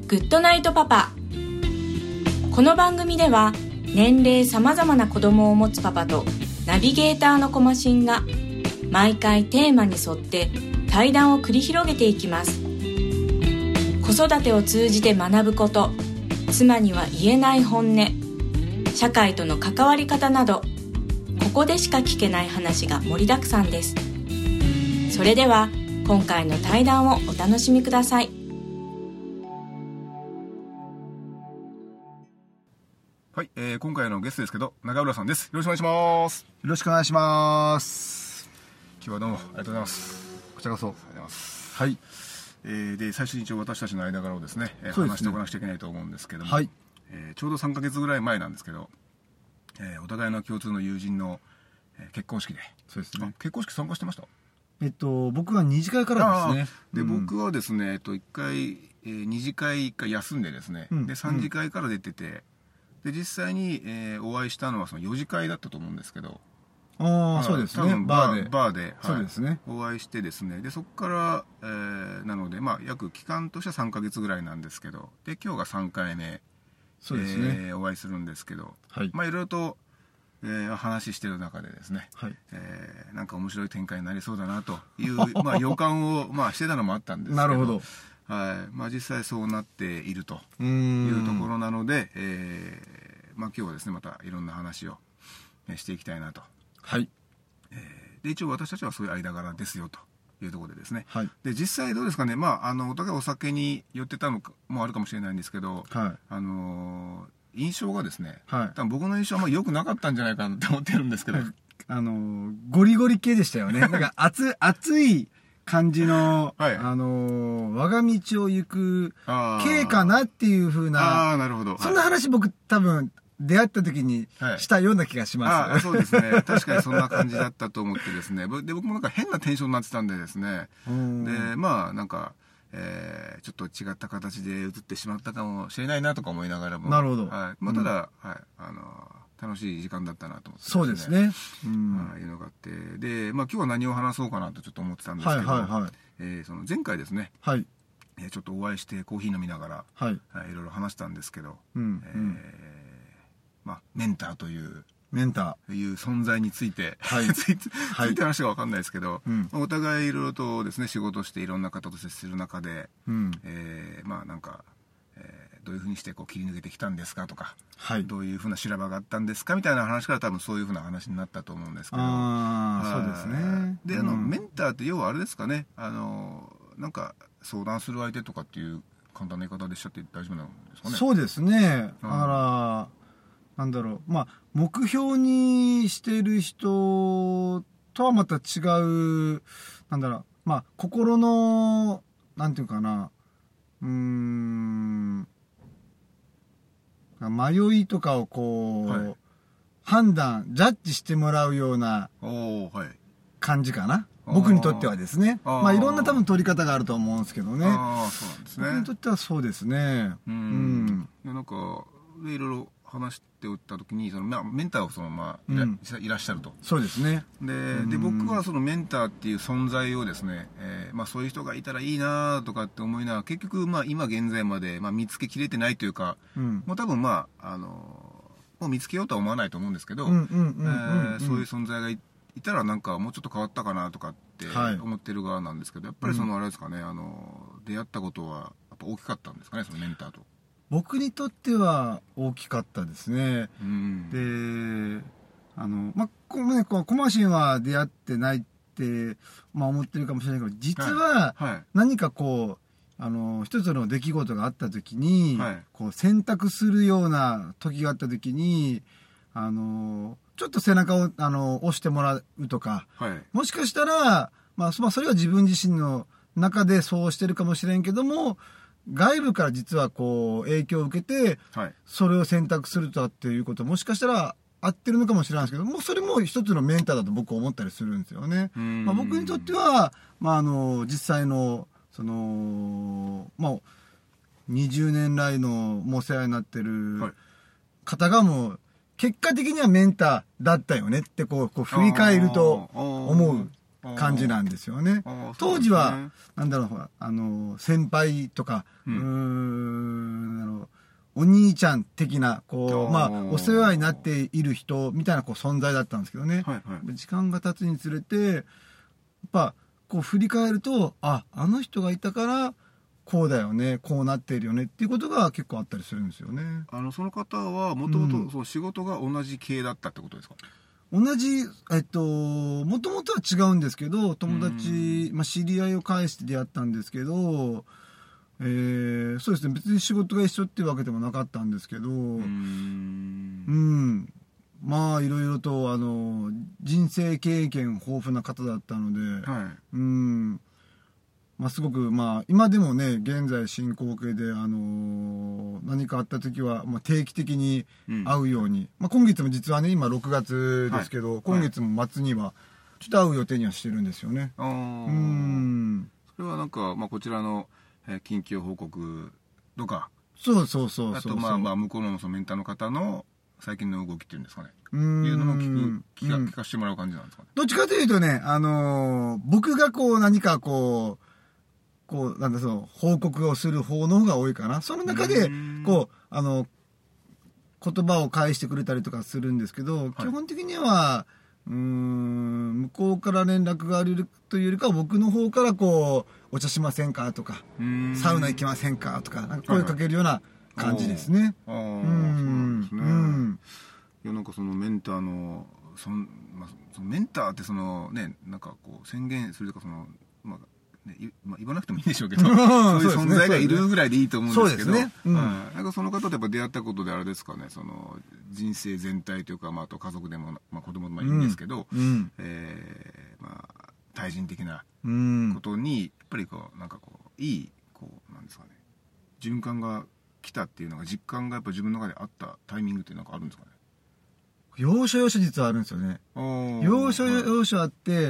グッドナイトパパ。この番組では年齢様々な子供を持つパパとナビゲーターのコマシンが毎回テーマに沿って対談を繰り広げていきます。子育てを通じて学ぶこと、妻には言えない本音、社会との関わり方など、ここでしか聞けない話が盛りだくさんです。それでは今回の対談をお楽しみください。 はい、今回のゲストですけど、永浦さんです。よろしくお願いします。 よろしくお願いします。 今日はどうもありがとうございます。 こちらこそ。 ありがとうございます。 はい。 で、最初に一応私たちの間柄をですね、話しておかなくちゃいけないと思うんですけども、 はい。 ちょうど3ヶ月ぐらい前なんですけど、お互いの共通の友人の、結婚式で。 そうですね。 結婚式参加してました？ 僕は二次会からですね。 で、僕はですね、一回、二次会一回休んでですね、で、三次会から出てて、で、実際に、お会いしたのはその4次会だったと思うんですけど、 そうですね。バーで。 はい、 そうですね。 お会いしてですね、で、そこから、なので、約期間としては3ヶ月ぐらいなんですけど、で、今日が3回目、 そうですね。 お会いするんですけど、 はい。 いろいろと、話してる中でですね、 はい。 なんか面白い展開になりそうだなという、予感を、してたのもあったんですけど、 なるほど。 はい。実際そうなっているというところなので、今日はですね、またいろんな話をしていきたいなと。 はい。 で、一応私たちはそういう間柄ですよというところでですね。 はい。 で、実際どうですかね、お互いお酒に寄ってたのもあるかもしれないんですけど、 はい。 印象がですね、 はい。 多分僕の印象は良くなかったんじゃないかなって思ってるんですけど、 ゴリゴリ系でしたよね。なんか熱い感じの、 はい我が道を行く系かなっていう風な、 なるほど。 そんな話僕多分出会った時にしたような気がします。 そうですね。確かにそんな感じだったと思ってですね。で、僕もなんか変なテンションになってたんでですね。で、なんか、ちょっと違った形で映ってしまったかもしれないなとか思いながらも。 なるほど。 はい。ただ、はい。楽しい時間だったなと思って、 そうですね。 いうのがあって。で、今日は何を話そうかなとちょっと思ってたんですけど、その前回ですね、 はい。 ちょっとお会いしてコーヒー飲みながら、 はい。 いろいろ話したんですけど、メンターという存在について、ついて話が分かんないですけど、お互いいろいろとですね、仕事していろんな方と接する中で、なんか、どういうふうにしてこう切り抜けてきたんですかとか、どういうふうな修羅場があったんですかみたいな話から多分そういうふうな話になったと思うんですけど、 そうですね。 で、メンターって要はあれですかね、なんか相談する相手とかっていう簡単な言い方でしちゃって大丈夫なんですかね。 そうですね。だから、なんだろう、目標にしている人とはまた違う、なんだろう、心の、なんていうかな、迷いとかをこう、ジャッジしてもらうような感じかな。僕にとってはですね。いろんな多分取り方があると思うんですけどね。 そうなんですね。 僕にとってはそうですね。 なんか、いろいろ話しておった時に、そのメンターをそのいらっしゃると。 そうですね。 で、僕はそのメンターっていう存在をですね、そういう人がいたらいいなとかって思いながら、結局今現在まで見つけきれてないというか、もう多分もう見つけようとは思わないと思うんですけど、そういう存在がいたらなんかもうちょっと変わったかなとかって思ってる側なんですけど、やっぱりそのあれですかね、出会ったことはやっぱ大きかったんですかね、そのメンターと。 僕にとっては大きかったですね。で、コマシンは出会ってないって、思ってるかもしれないけど、実は何かこう、一つの出来事があった時に、こう選択するような時があった時に、ちょっと背中を押してもらうとか、もしかしたら、それは自分自身の中でそうしてるかもしれんけども、外部から実はこう影響を受けて、それを選択するとかっていうこともしかしたら合ってるのかもしれないですけども、それも一つのメンターだと僕は思ったりするんですよね。僕にとっては、実際のその20年来のもうお世話になってる方がもう結果的にはメンターだったよねってこう振り返ると思う感じなんですよね。当時は、なんだろう、先輩とか、 お兄ちゃん的な、こう、まあ、お世話になっている人みたいなこう存在だったんですけどね。はいはい、時間が経つにつれて、やっぱ、こう振り返ると、あの人がいたから、こうだよね、こうなっているよねっていうことが結構あったりするんですよね。 その方は、もともと仕事が同じ系だったってことですか？ 同じ、もともとは違うんですけど、友達、まあ、知り合いを介して出会ったんですけど、そうですね、別に仕事が一緒っていうわけでもなかったんですけど、まあいろいろと人生経験豊富な方だったので、はい、まあ、すごくまあ今でもね現在進行形で何かあった時は、まあ、定期的に会うように、まあ、今月も実はね今6月ですけど、はい、今月も末にはちょっと会う予定にはしてるんですよね。それはなんか、まあ、こちらの近況報告とか、 そうあとまあ向こうのそのメンターの方の最近の動きっていうんですかね、いうのも聞かせてもらう感じなんですかね。 どっちかというとね、僕がこう何かこうなんだその報告をする方の方が多いかな。その中でこう言葉を返してくれたりとかするんですけど、基本的には向こうから連絡があるというよりかは僕の方からこうお茶しませんかとかサウナ行きませんかとかなんか声かけるような感じですね。 そうなんですね。いやなんかそのメンターのそのメンターってそのねなんかこう宣言するとかそのまあ言わなくてもいいんでしょうけどそういう存在がいるぐらいでいいと思うんですけど、なんかその方とやっぱ出会ったことであれですかね、その人生全体というか、まあ、あと家族でも、まあ、子供でもいいんですけど、まあ、対人的なことにやっぱりこうなんかこういいこうなんですかね循環が来たっていうのが実感がやっぱ自分の中であったタイミングってなんかあるんですかね。 要所要所実はあるんですよね。要所要所あって、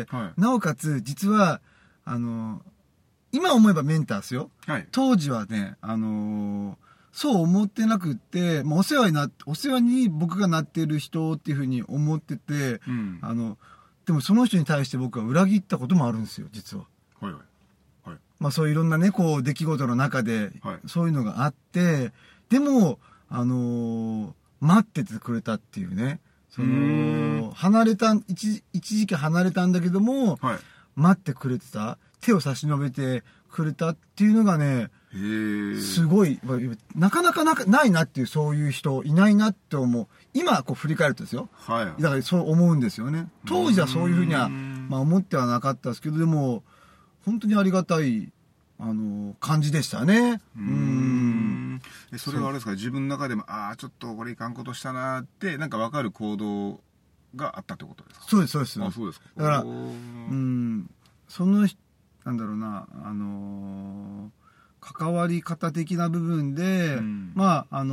なおかつ実は今思えばメンターですよ。当時はね、そう思ってなくって、お世話に僕がなってる人っていうふうに思ってて、でもその人に対して僕は裏切ったこともあるんですよ、実は。まあそういういろんなね、こう出来事の中で、そういうのがあって、でも、待っててくれたっていうね、一時期離れたんだけども、待ってくれてた、手を差し伸べてくれたっていうのがね、すごい、なかなかないなっていう、そういう人いないなって思う。今こう振り返るとですよ。だからそう思うんですよね。当時はそういうふうには、まあ思ってはなかったですけど、でも、本当にありがたい、感じでしたね。 それはあれですか、自分の中でも、ちょっとこれいかんことしたなって、なんか分かる行動があったってことですか？ そうです、そうです。 そうですか。 だから、その人、なんだろうな、関わり方的な部分で、まあ、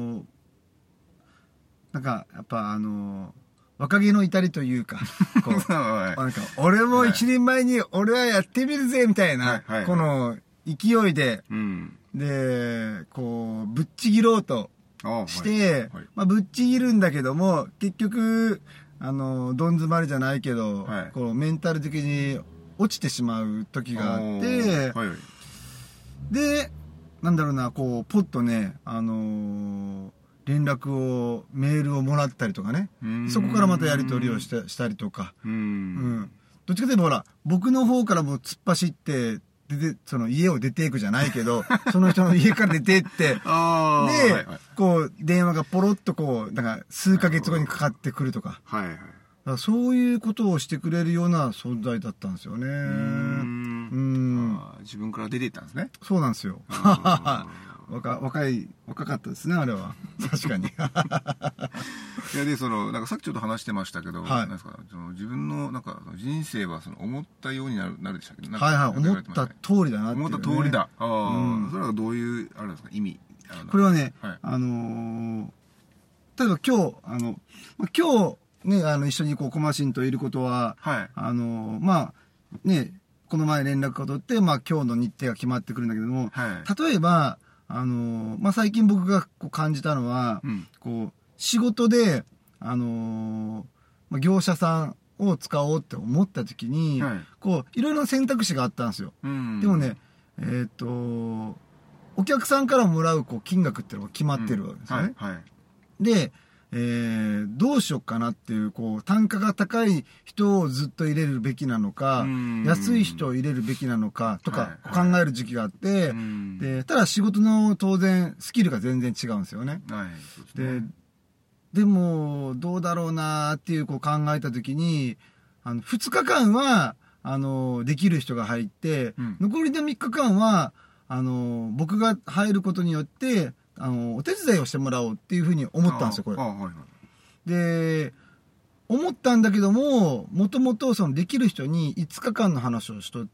なんか、やっぱ若気の至りというか、こうなんか俺も一人前に俺はやってみるぜみたいな、この勢いで、で、こう、ぶっちぎろうとして、まあ、ぶっちぎるんだけども、結局、どん詰まりじゃないけど、こう、メンタル的に落ちてしまう時があって、で、なんだろうな、こう、ポッとね、連絡を、メールをもらったりとかね、そこからまたやり取りをしたりとか、どっちかというとほら、僕の方からも突っ走って、その家を出ていくじゃないけど、その人の家から出てって、で、こう、電話がポロッとこう、なんか数ヶ月後にかかってくるとか、そういうことをしてくれるような存在だったんですよね。 自分から出ていったんですね。 そうなんですよ。若かったですね、あれは。確かに。 いや、で、なんかさっきちょっと話してましたけど、なんですか、自分の、なんか、人生は思ったようになるでしたっけど、 思った通りだなっていう、ね。 思った通りだ。それはどういう、あれですか、意味。 これはね、例えば今日、ね、一緒にこう、コマシンといることは、まあ、ね、この前連絡を取って、まあ今日の日程が決まってくるんだけども、例えば、まあ最近僕がこう感じたのは、こう、仕事で、まあ、業者さんを使おうって思った時に、こう、いろいろな選択肢があったんですよ。でもね、 お客さんからもらうこう金額っていうのが決まってるわけですよね。で、どうしようかなっていう、こう、単価が高い人をずっと入れるべきなのか、安い人を入れるべきなのかとか考える時期があって、で、ただ仕事の当然、スキルが全然違うんですよね。でも、どうだろうなっていうこう考えた時に、2日間は、できる人が入って、残りの3日間は、僕が入ることによって、お手伝いをしてもらおうっていうふうに思ったんですよ、これ。で、思ったんだけども、もともとそのできる人に5日間の話をしとって、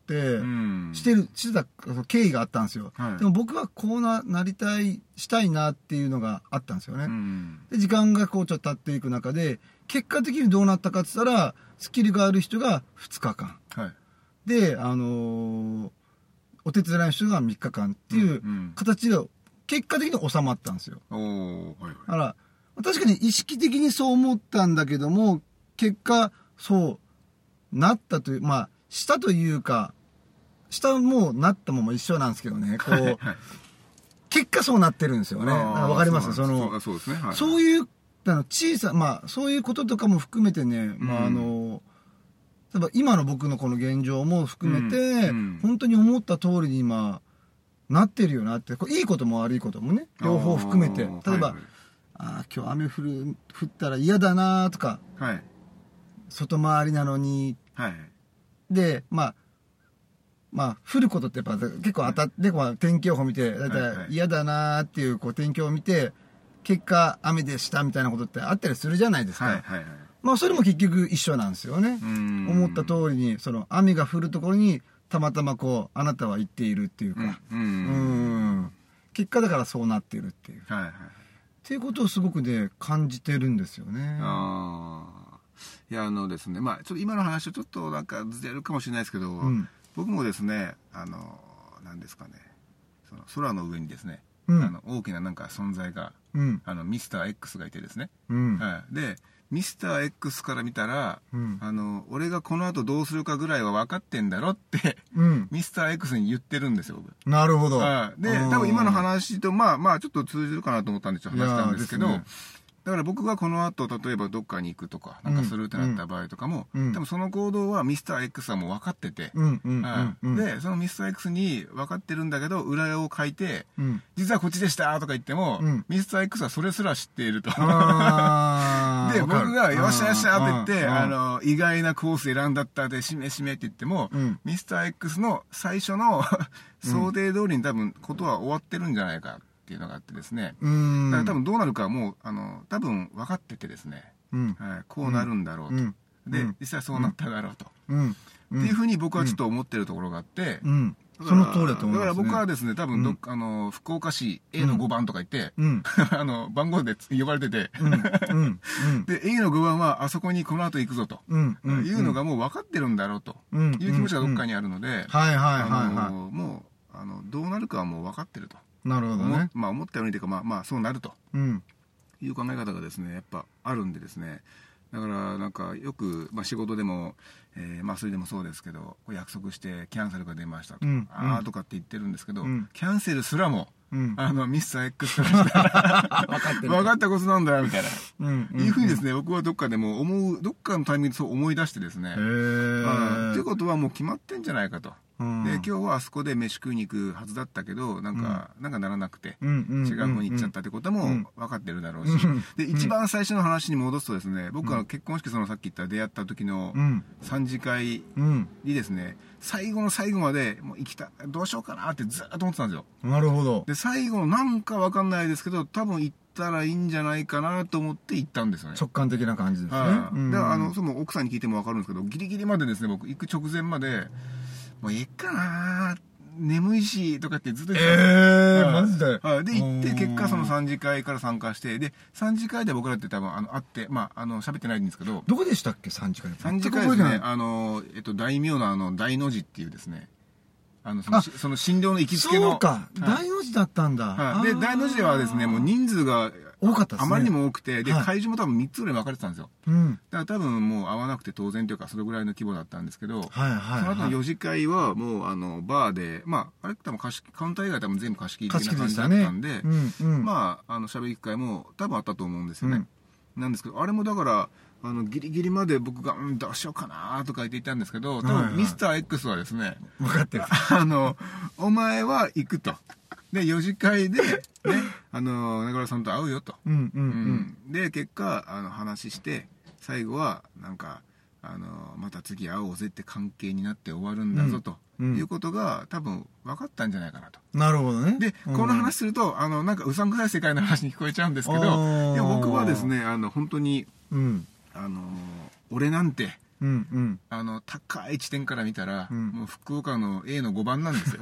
してた経緯があったんですよ。でも僕はこうなりたい、したいなっていうのがあったんですよね。で、時間がこうちょっと経っていく中で、結果的にどうなったかって言ったら、スキルがある人が2日間。で、お手伝いの人が3日間っていう形で、結果的に収まったんですよ。だから、確かに意識的にそう思ったんだけども、結果、そうなったという、まあ、したというか、したもなったも一緒なんですけどね、こう、結果そうなってるんですよね。わかります？そういう、小さ、まあ、そういうこととかも含めてね、まあ、例えば今の僕のこの現状も含めて、本当に思った通りに今、なってるよなって、いいことも悪いこともね、両方含めて。例えば、今日雨降ったら嫌だなとか、外回りなのに、で、まあ、降ることってやっぱ結構天気予報見て、だいたい嫌だなっていうこう天気を見て、結果雨でしたみたいなことってあったりするじゃないですか。まあ、それも結局一緒なんですよね。思った通りに、その雨が降るところに、たまたまこう、あなたは言っているっていうか、結果だからそうなっているっていう。っていうことをすごくね、感じてるんですよね。 いや、ですね、まあ、ちょっと今の話はちょっとなんかずれるかもしれないですけど、僕もですね、なんですかね、その空の上にですね、大きななんか存在が、ミスター X がいてですね。で、ミスター X から見たら、俺がこの後どうするかぐらいは分かってんだろって、ミスター X に言ってるんですよ、僕。 なるほど。 で、多分今の話と、まあ、ちょっと通じるかなと思ったんで、ちょっと話したんですけど、だから僕がこの後、例えばどっかに行くとか、なんかするってなった場合とかも、多分その行動はミスター X はもう分かってて、で、そのミスター X に分かってるんだけど、裏を書いて、実はこっちでしたとか言っても、ミスター X はそれすら知っていると。で、僕がよっしゃよっしゃって言って、意外なコース選んだったで、しめって言っても、ミスター X の最初の想定通りに多分ことは終わってるんじゃないか。っていうのがあってですね。だから多分どうなるかもう、多分分かっててですね。こうなるんだろうと。で、実際そうなっただろうと。っていうふうに僕はちょっと思ってるところがあって、 その通りだと思います、ね。 だから僕はですね、多分福岡市 A の5番とか言って、番号で呼ばれてて、で、A の5番はあそこにこの後行くぞと、いうのがもう分かってるんだろうと、いう気持ちがどっかにあるので、もう、どうなるかはもう分かってると。 なるほどね。 まあ思ったようにというか、まあそうなるという考え方がですね、やっぱあるんでですね。だからなんかよく、仕事でも、まあそれでもそうですけど、約束してキャンセルが出ましたと、とかって言ってるんですけど、キャンセルすらも、ミスター X からしたら分かったことなんだよみたいな、いうふうにですね、僕はどっかでもどっかのタイミングでそう思い出してですね、っていうことはもう決まってんじゃないかと。で、今日はあそこで飯食いに行くはずだったけど、なんかならなくて、違う方に行っちゃったってことも分かってるだろうし、で、一番最初の話に戻すとですね、僕は結婚式、さっき言った出会った時の3次会にですね、最後の最後まで、もうどうしようかなってずっと思ってたんですよ。 なるほど。 で、最後のなんか分かんないですけど、多分行ったらいいんじゃないかなと思って行ったんですよね。 直感的な感じですね。 だからその奥さんに聞いても分かるんですけど、ギリギリまでですね、僕行く直前まで、もういいかな眠いしとかってずっと言ってた。 マジで。 で、行って結果その3次会から参加して、で、3次会で僕らって多分会って、喋ってないんですけど。 どこでしたっけ ?3 次会。 3次会ですね、大名の大の字っていうですね、その診療の行きつけの。 そうか、大の字だったんだ。 で、大の字はですね、もう人数が多かったですね。 あまりにも多くて、で、 はい会場も多分3つぐらい分かれてたんですよ。 うん。 だから多分もう合わなくて当然というか、それぐらいの規模だったんですけど、 はいはいはい。 その後の4次会はもうバーで、まあ、あれ多分カウンター以外多分全部貸し切り的な感じだったんで、まあ、喋り機会も多分あったと思うんですよね。なんですけど、あれもだから、ギリギリまで僕が、どうしようかなとか言っていたんですけど、多分ミスター X はですね、 分かってる。 お前は行くと。で、4次会で、ね、中村さんと会うよと。で、結果、話して、最後は、なんか、また次会おうぜって関係になって終わるんだぞと。いうことが多分分かったんじゃないかなと。 なるほどね。 で、この話すると、なんかうさんくさい世界の話に聞こえちゃうんですけど、いや僕はですね、本当に、俺なんて、高い地点から見たら、もう福岡の A の5番なんですよ。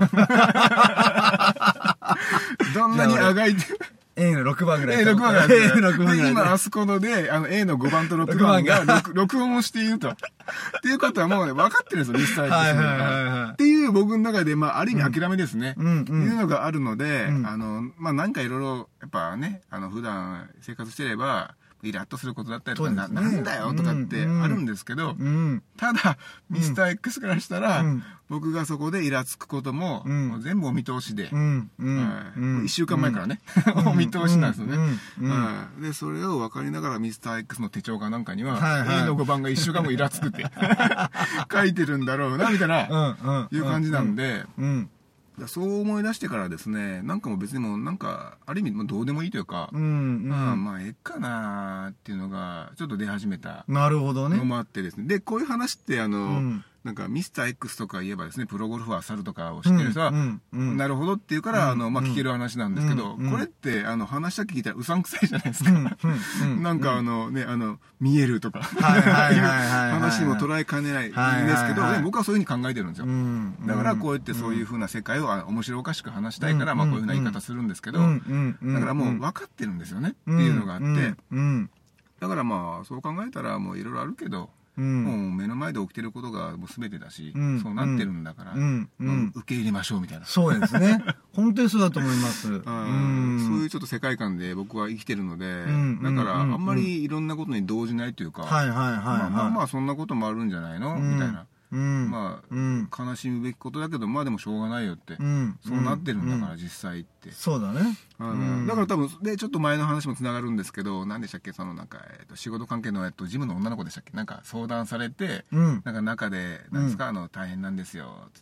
どんなにあがいて A の6番ぐらい。 A の6番ぐらい。 A の6番ぐらい。 今、あそこので、A の5番と6番が録音をしていると。っていうことはもうね、分かってるんですよ、ミスター X が。っていう僕の中で、まあ、ある意味諦めですね。いうのがあるので、まあ、なんかいろいろ、やっぱね、普段生活してれば、イラッとすることだったりとか、なんだよとかってあるんですけど、ただ、ミスター X からしたら、僕がそこでイラつくことも、全部お見通しで、1週間前からね、お見通しなんですよね。で、それを分かりながらミスター X の手帳かなんかには、A の5番が1週間後イラつくって書いてるんだろうな、みたいな、いう感じなんで、そう思い出してからですね、なんかもう別にもうなんか、ある意味どうでもいいというか、まあ、ええかなーっていうのが、ちょっと出始めた。 なるほどね。 のもあってですね。で、こういう話ってなんかミスター X とか言えばですね、プロゴルファー猿とかを知ってる人は、なるほどっていうから、まあ聞ける話なんですけど、これって、話だけ聞いたらうさんくさいじゃないですか。なんかね、見えるとか、いう話にも捉えかねないんですけど、僕はそういうふうに考えてるんですよ。だからこうやってそういうふうな世界を面白おかしく話したいから、まあこういうふうな言い方するんですけど、だからもう分かってるんですよねっていうのがあって、だからまあそう考えたらもういろいろあるけど、もう目の前で起きてることがもう全てだし、そうなってるんだから、受け入れましょうみたいな。 そうですね。本当にそうだと思います。そういうちょっと世界観で僕は生きてるので、だからあんまりいろんなことに動じないというか、まあそんなこともあるんじゃないのみたいな。まあ、悲しむべきことだけど、まあでもしょうがないよって、そうなってるんだから実際って。 そうだね。 だから多分、で、ちょっと前の話もつながるんですけど、何でしたっけ、なんか、仕事関係の、ジムの女の子でしたっけ、なんか相談されて、なんか中で、なんですか、大変なんですよ、つって。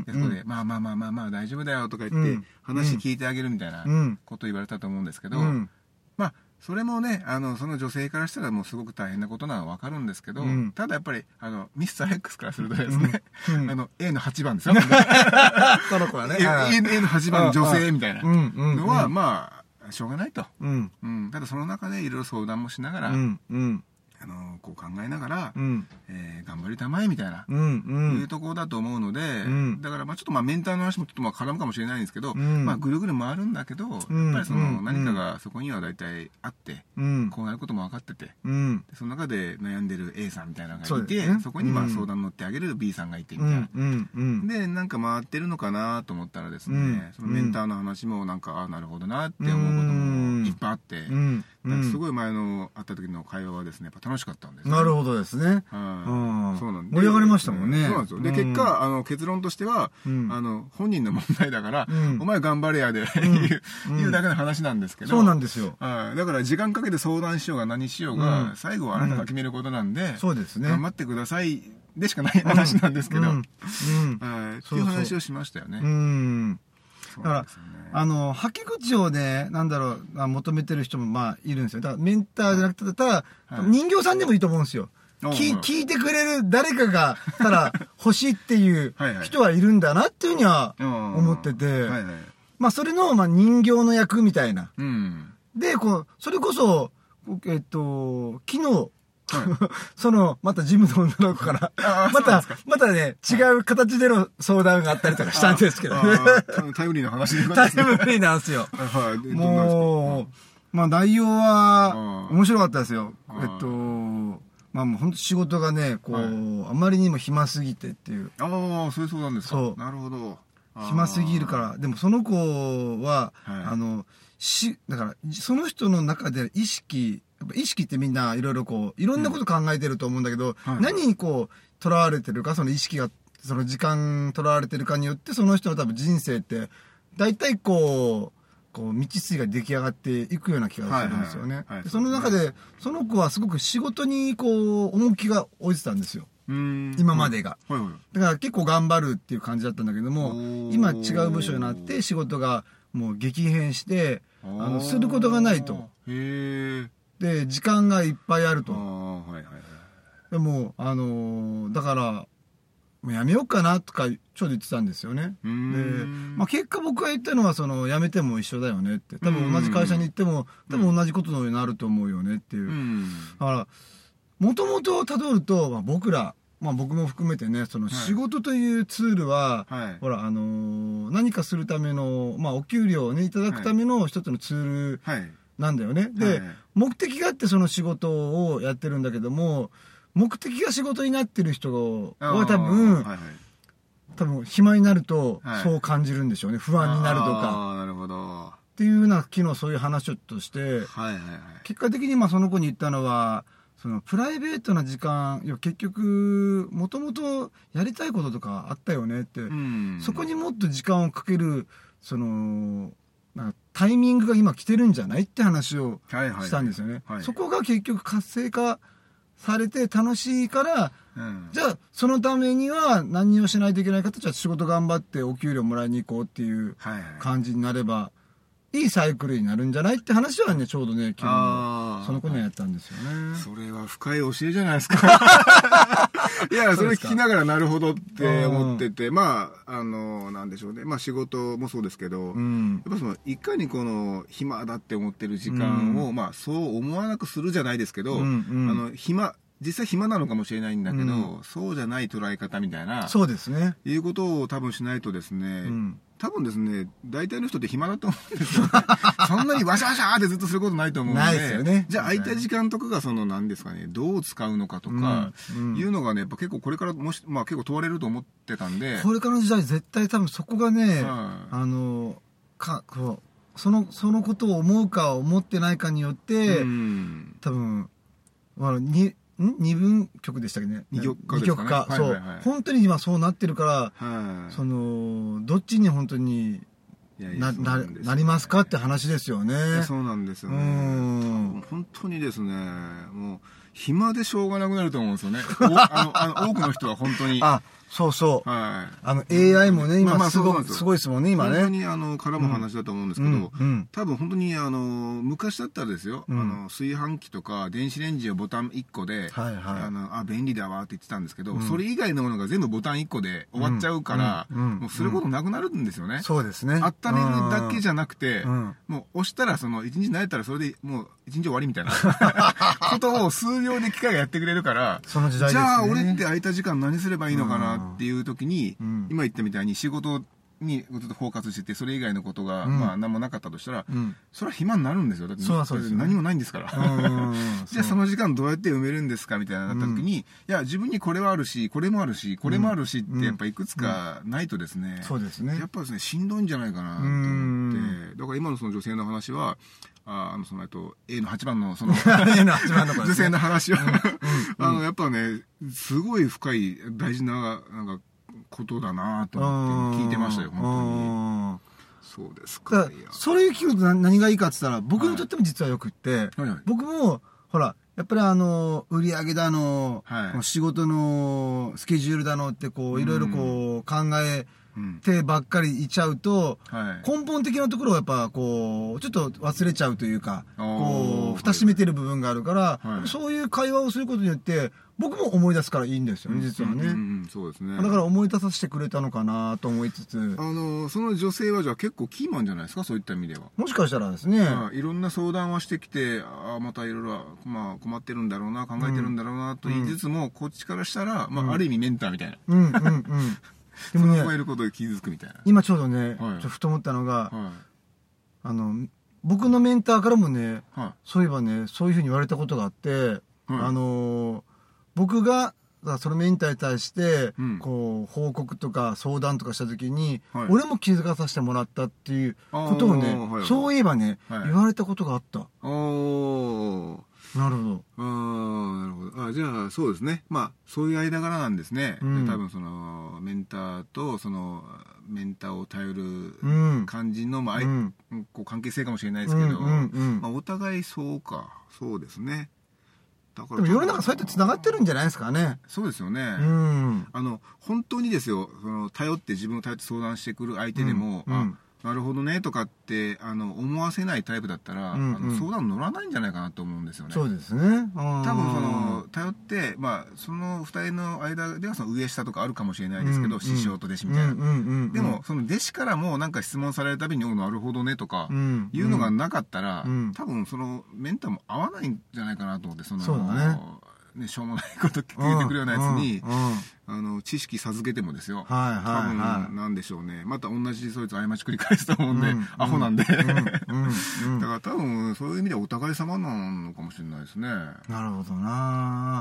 で、そこで、まあ、大丈夫だよ、とか言って、話聞いてあげるみたいなこと言われたと思うんですけど、まあ、それもね、その女性からしたらもうすごく大変なことなのはわかるんですけど、ただやっぱり、ミスター X からするとですね、A の8番ですよ。 その子はね。 A の8番の女性みたいなのは、まあ、しょうがないと。ただその中でいろいろ相談もしながら、こう考えながら、頑張りたまえみたいな、いうところだと思うので、だからまあちょっとまあメンターの話もちょっとまあ絡むかもしれないんですけど、まあぐるぐる回るんだけど、やっぱりその何かがそこには大体あって、こうなることも分かってて、その中で悩んでる A さんみたいなのがいて、そこにまあ相談乗ってあげる B さんがいてみたいな。で、なんか回ってるのかなと思ったらですね、そのメンターの話もなんか、なるほどなって思うこともいっぱいあって、すごい前の会った時の会話はですね、やっぱ楽しかったんです。 なるほどですね。 そうなん盛り上がりましたもんね。 そうなんですよ。で、結果、結論としては、本人の問題だから、お前頑張れやで、いうだけの話なんですけど。 そうなんですよ。 だから時間かけて相談しようが何しようが、最後はあなたが決めることなんで、 そうですね。 頑張ってくださいでしかない話なんですけど、っていう話をしましたよね。 だから、はけ口をね、なんだろう、求めてる人もまあいるんですよ。だからメンターじゃなくて、ただ、人形さんでもいいと思うんですよ。聞いてくれる誰かが、ただ欲しいっていう人はいるんだなっていうふうには思ってて、まあそれの、まあ人形の役みたいな。で、それこそ、昨日、またジムの女の子から、またね、違う形での相談があったりとかしたんですけどね。 タイムリーな話でタイムリーなんですよ。もう、まあ内容は面白かったですよ。まあもう本当仕事がね、あまりにも暇すぎてっていう。 そういう相談ですか。 そう。 なるほど。 暇すぎるから。でもその子は、 だからその人の中で意識ってみんないろいろこういろんなこと考えてると思うんだけど、何にこうとらわれてるか、その意識がその時間とらわれてるかによってその人の多分人生って大体こう道筋が出来上がっていくような気がするんですよね。その中でその子はすごく仕事にこう重きが置いてたんですよ。今までが、だから結構頑張るっていう感じだったんだけども、今違う部署になって仕事がもう激変してすることがないと。で時間がいっぱいあると。でもだからもうやめようかなとかちょうど言ってたんですよね。で、結果僕が言ったのはやめても一緒だよねって、多分同じ会社に行っても多分同じことになると思うよねっていう。だからもともとたどると、僕も含めてね、仕事というツールは、ほら何かするための、お給料をねいただくための一つのツールなんだよね。で、目的があってその仕事をやってるんだけども、目的が仕事になってる人は多分暇になるとそう感じるんでしょうね。不安になるとか。 なるほど。 っていうような昨日そういう話をとして、結果的にその子に言ったのは、プライベートな時間、結局もともとやりたいこととかあったよねって、そこにもっと時間をかけるなんかタイミングが今来てるんじゃないって話をしたんですよね。そこが結局活性化されて楽しいから、じゃあそのためには何をしないといけないかと、じゃあ仕事頑張ってお給料もらいに行こうっていう感じになれば、いいサイクルになるんじゃないって話はね、ちょうどね、昨日その子にはやったんですよね。 それは深い教えじゃないですか。いや、それ聞きながらなるほどって思ってて、なんでしょうね。仕事もそうですけど、やっぱいかにこの暇だって思ってる時間を、そう思わなくするじゃないですけど、実際暇なのかもしれないんだけど、そうじゃない捉え方みたいな、 そうですね。 いうことを多分しないとですね、多分ですね、大体の人って暇だと思うんですよね。そんなにワシャワシャーってずっとすることないと思うんで。 ないですよね。 じゃあ空いた時間とかが何ですかね、どう使うのかとか、いうのがね、やっぱ結構これから結構問われると思ってたんで。 これからの時代絶対多分そこがね、そのことを思うか思ってないかによって、多分、二分曲でしたっけね。 二極化。 そう。本当に今そうなってるから、どっちに本当になりますかって話ですよね。 そうなんですよね。本当にですね、もう、暇でしょうがなくなると思うんですよね。多くの人は本当に。 そうそう。AI もね、今すごいですもんね、今ね。 本当に絡む話だと思うんですけど、多分本当に昔だったらですよ、炊飯器とか電子レンジをボタン1個で、便利だわって言ってたんですけど、それ以外のものが全部ボタン1個で終わっちゃうから、もうすることなくなるんですよね。 そうですね。 温めるだけじゃなくて、もう押したら1日慣れたらそれでもう1日終わりみたいなことを数秒で機械がやってくれるから、 その時代ですね。 じゃあ俺って空いた時間何すればいいのかなっていう時に、今言ったみたいに仕事にずっとフォーカスしてて、それ以外のことが何もなかったとしたら、それは暇になるんですよ。だって何もないんですから。じゃあその時間どうやって埋めるんですかみたいななった時に、いや自分にこれはあるし、これもあるし、これもあるしってやっぱいくつかないとですね、やっぱですね、しんどいんじゃないかなと思って、だから今のその女性の話は、A の8番の女性の話はやっぱね、すごい深い大事なことだなと思って聞いてましたよ、本当に。そうですか。 それ聞くと何がいいかって言ったら、僕にとっても実はよくって、僕もほらやっぱり売り上げだの、仕事のスケジュールだのっていろいろ考えてばっかりいちゃうと、根本的なところをやっぱちょっと忘れちゃうというか、蓋閉めてる部分があるから、そういう会話をすることによって僕も思い出すからいいんですよね、実はね。 そうですね。 だから思い出させてくれたのかなと思いつつ、 その女性はじゃあ結構キーマンじゃないですか、そういった意味では。 もしかしたらですね、 いろんな相談はしてきて、またいろいろ困ってるんだろうな、考えてるんだろうなと言いつつも、こっちからしたらある意味メンターみたいな。でもね、超えることで気づくみたいな。 今ちょうどね、ふと思ったのが、僕のメンターからもね、そういえばね、そういうふうに言われたことがあって、僕がそのメンターに対して、こう報告とか相談とかした時に、俺も気づかさせてもらったっていうことをね、そういえばね、言われたことがあった。なるほど。 なるほど。じゃあそうですね。まあそういう間柄なんですね。多分そのメンターとそのメンターを頼る感じの、こう関係性かもしれないですけど、お互いそうですね。 だからでも世の中そうやってつながってるんじゃないですかね。 そうですよね。本当にですよ、その自分を頼って相談してくる相手でも、なるほどねとかって思わせないタイプだったら、相談乗らないんじゃないかなと思うんですよね。 そうですね。 多分その頼って、その2人の間ではその上下とかあるかもしれないですけど、師匠と弟子みたいな。でもその弟子からもなんか質問されるたびに「なるほどね」とかいうのがなかったら、多分そのメンターも合わないんじゃないかなと思って、 そうだね、しょうもないこと聞いてくるようなやつに、知識授けてもですよ、多分なんでしょうね、また同じそいつ過ち繰り返すと思うんで、アホなんでだから多分そういう意味ではお互い様なのかもしれないですね。 なるほどな。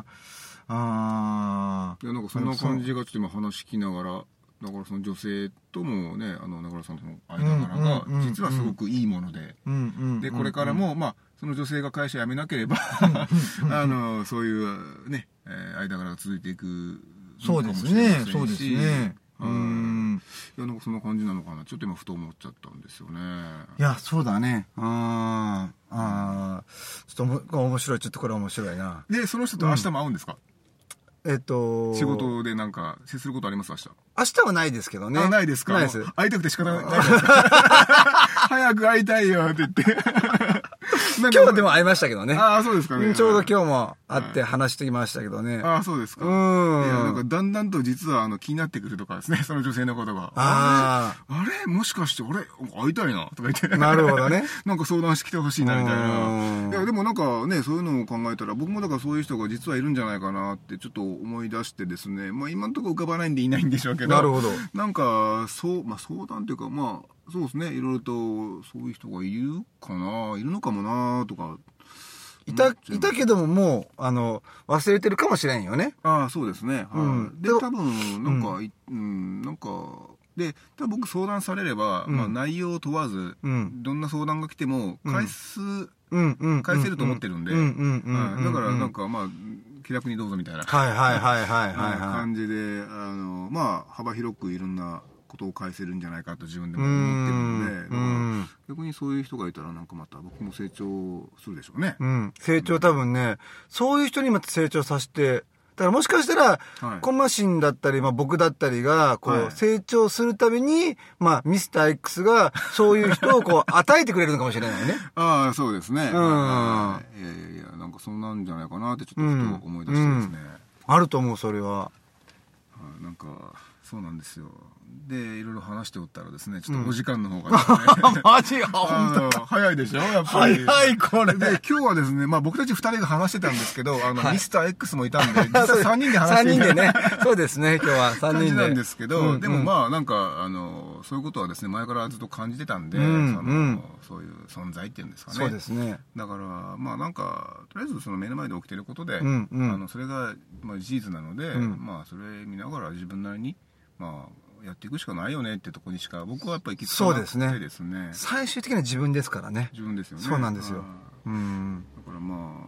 いやなんかそんな感じがちょっと今話聞きながら、だからその女性ともね、中村さんとの間柄が実はすごくいいもので、でこれからもその女性が会社辞めなければそういうね、間柄が続いていくそうですね。そうですね。 いやなんかそんな感じなのかな、ちょっと今ふと思っちゃったんですよね。 いやそうだね。ちょっと面白い。ちょっとこれ面白いな。 でその人と明日も会うんですか？仕事でなんか接することあります？ 明日はないですけどね。 ないですか？ ないです。 会いたくて仕方ないですか？早く会いたいよって言って今日でも会いましたけどね。 そうですかね。 ちょうど今日も会って話してきましたけどね。 そうですか。いやなんかだんだんと実は気になってくるとかですね、その女性のことが。あれもしかして俺会いたいなとか言って。 なるほどね。 なんか相談してきてほしいなみたいな。いやでもなんかね、そういうのを考えたら僕もだからそういう人が実はいるんじゃないかなってちょっと思い出してですね、今のところ浮かばないんでいないんでしょうけど。 なるほど。 なんか相談というかそうですね、いろいろとそういう人がいるのかもなとか。 いたけどももう忘れてるかもしれんよね。 そうですね。で多分なんかで多分僕相談されれば、内容を問わず、どんな相談が来ても返せると思ってるんで、だからなんか気楽にどうぞみたいな感じで幅広くいろんなことを返せるんじゃないかと自分でも思ってるので、逆にそういう人がいたらなんかまた僕も成長するでしょうね。 成長多分ね、そういう人にまた成長させて、だからもしかしたら、コンマシンだったり、僕だったりが成長するためにミスター X がそういう人を与えてくれるのかもしれないね。 そうですね。いやなんかそんなんじゃないかなってちょっとふと思い出してですね。 あると思う、それは。 なんかそうなんですよ。でいろいろ話しておったらですね、ちょっとお時間の方がですねマジ本当早いでしょやっぱり。 早いこれで今日はですね、僕たち2人が話してたんですけどミスター X もいたんで実は3人で話していた 3人でね。そうですね、今日は3人で感じなんですけど、でもなんかそういうことはですね前からずっと感じてたんで、そういう存在っていうんですかね。 そうですね。 だからなんかとりあえずその目の前で起きてることで、それが事実なので、それ見ながら自分なりにやっていくしかないよねってとこにしか僕はやっぱり行き着かなくてですね。 最終的には自分ですからね。 自分ですよね。 そうなんですよ。だから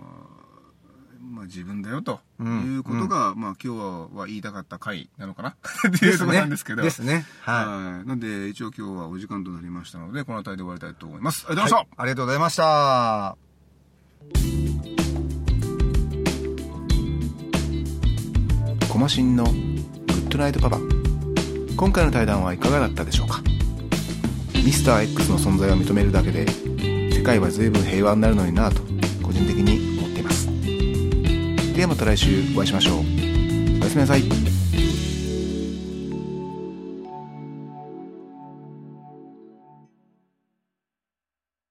自分だよということが、今日は言いたかった回なのかなっていうところなんですけど。 ですね。 なんで一応今日はお時間となりましたのでこの辺りで終わりたいと思います。ありがとうございました。 ありがとうございました。 コマシンのグッドナイトパパ、今回の対談はいかがだったでしょうか。ミスター X の存在を認めるだけで世界は随分平和になるのになぁと個人的に思っています。ではまた来週お会いしましょう。おやすみなさい。